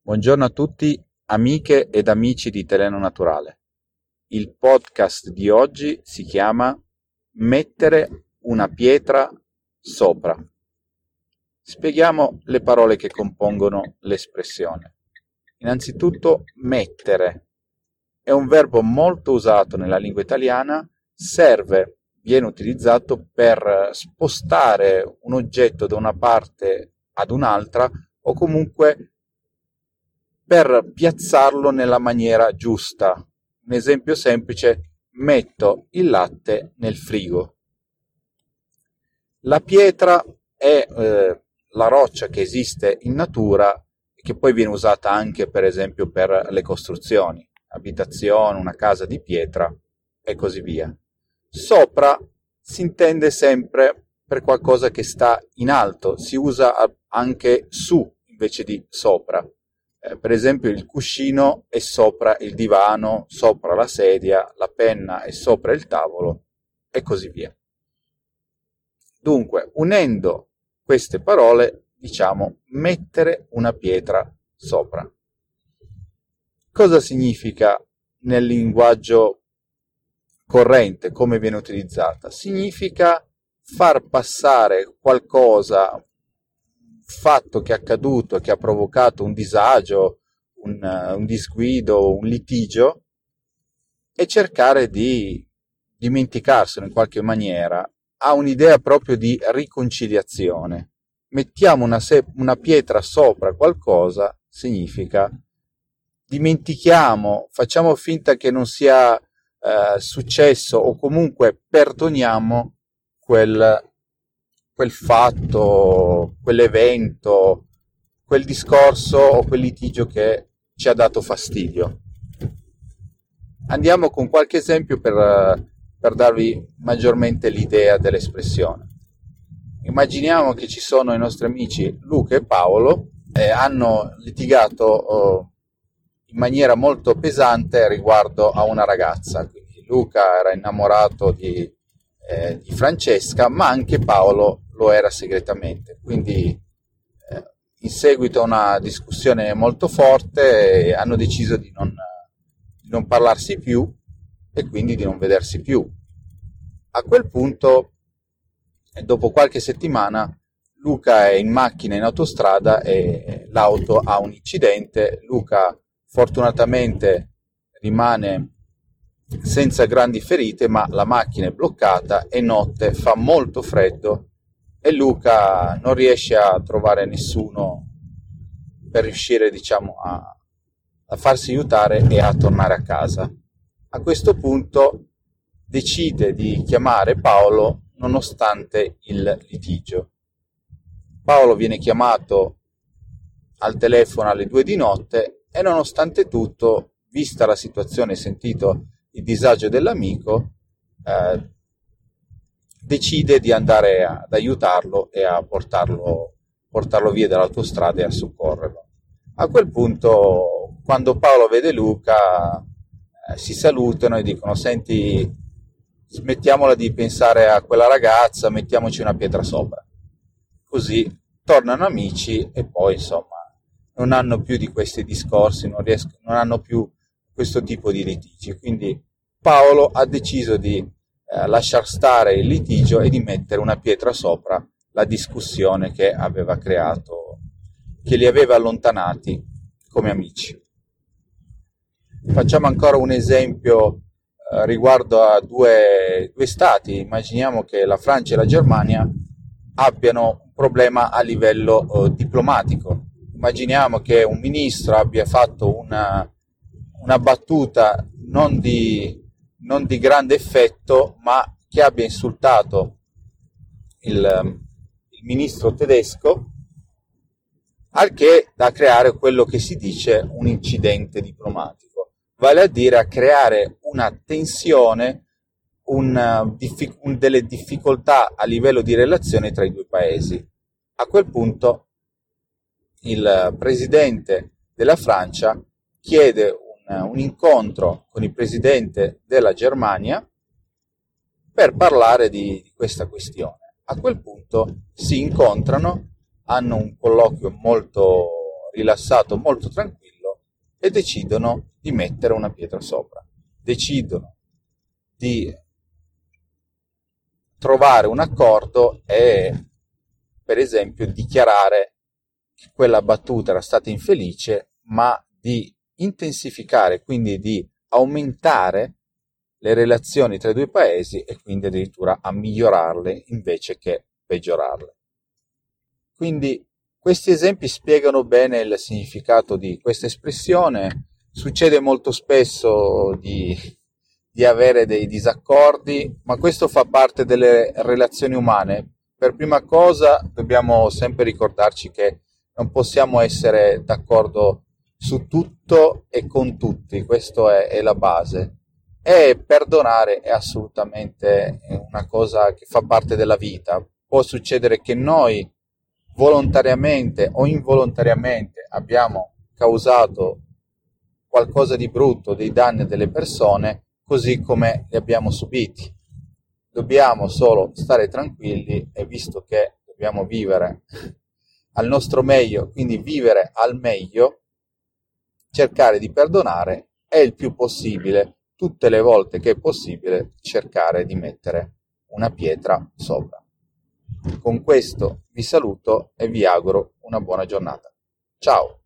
Buongiorno a tutti, amiche ed amici di Teleno Naturale. Il podcast di oggi si chiama Mettere una pietra sopra. Spieghiamo le parole che compongono l'espressione. Innanzitutto, mettere è un verbo molto usato nella lingua italiana, viene utilizzato per spostare un oggetto da una parte ad un'altra o comunque per piazzarlo nella maniera giusta. Un esempio semplice: metto il latte nel frigo. La pietra è la roccia che esiste in natura e che poi viene usata anche per esempio per le costruzioni, abitazione, una casa di pietra e così via. Sopra si intende sempre per qualcosa che sta in alto, si usa anche su invece di sopra. Per esempio il cuscino è sopra il divano, sopra la sedia, la penna è sopra il tavolo e così via. Dunque, unendo queste parole, diciamo mettere una pietra sopra. Cosa significa nel linguaggio corrente, come viene utilizzata? Significa far passare qualcosa, fatto che è accaduto, che ha provocato un disagio, un disguido, un litigio, e cercare di dimenticarselo in qualche maniera. Ha un'idea proprio di riconciliazione. Mettiamo una pietra sopra qualcosa, significa dimentichiamo, facciamo finta che non sia successo o comunque perdoniamo quel fatto, quell'evento, quel discorso o quel litigio che ci ha dato fastidio. Andiamo con qualche esempio per darvi maggiormente l'idea dell'espressione. Immaginiamo che ci sono i nostri amici Luca e Paolo e hanno litigato in maniera molto pesante riguardo a una ragazza. Quindi Luca era innamorato di Francesca, ma anche Paolo lo era segretamente. Quindi in seguito a una discussione molto forte hanno deciso di non parlarsi più e quindi di non vedersi più. A quel punto, dopo qualche settimana, Luca è in macchina in autostrada e l'auto ha un incidente. Luca fortunatamente rimane senza grandi ferite, ma la macchina è bloccata, è notte, fa molto freddo e Luca non riesce a trovare nessuno per riuscire, diciamo, a farsi aiutare e a tornare a casa. A questo punto decide di chiamare Paolo nonostante il litigio. Paolo viene chiamato al telefono alle 2 di notte e nonostante tutto, vista la situazione, sentito il disagio dell'amico, decide di andare ad aiutarlo e a portarlo via dall'autostrada e a soccorrerlo. A quel punto, quando Paolo vede Luca, si salutano e dicono: senti, smettiamola di pensare a quella ragazza, mettiamoci una pietra sopra. Così tornano amici e poi insomma non hanno più di questi discorsi, non hanno più questo tipo di litigi. Quindi Paolo ha deciso di lasciar stare il litigio e di mettere una pietra sopra la discussione che aveva creato, che li aveva allontanati come amici. Facciamo ancora un esempio riguardo a due stati. Immaginiamo che la Francia e la Germania abbiano un problema a livello diplomatico. Immaginiamo che un ministro abbia fatto una battuta non di grande effetto, ma che abbia insultato il ministro tedesco, al che da creare quello che si dice un incidente diplomatico, vale a dire a creare una tensione, delle difficoltà a livello di relazione tra i due paesi. A quel punto il presidente della Francia chiede un incontro con il presidente della Germania per parlare di questa questione. A quel punto si incontrano, hanno un colloquio molto rilassato, molto tranquillo, e decidono di mettere una pietra sopra. Decidono di trovare un accordo e, per esempio, dichiarare che quella battuta era stata infelice, ma di intensificare, quindi di aumentare le relazioni tra i due paesi e quindi addirittura a migliorarle invece che peggiorarle. Quindi questi esempi spiegano bene il significato di questa espressione. Succede molto spesso di avere dei disaccordi, ma questo fa parte delle relazioni umane. Per prima cosa dobbiamo sempre ricordarci che non possiamo essere d'accordo su tutto e con tutti, questa è la base. E perdonare è assolutamente una cosa che fa parte della vita. Può succedere che noi volontariamente o involontariamente abbiamo causato qualcosa di brutto, dei danni a delle persone, così come li abbiamo subiti. Dobbiamo solo stare tranquilli e, visto che dobbiamo vivere al nostro meglio, quindi vivere al meglio, cercare di perdonare e il più possibile, tutte le volte che è possibile, cercare di mettere una pietra sopra. Con questo vi saluto e vi auguro una buona giornata. Ciao!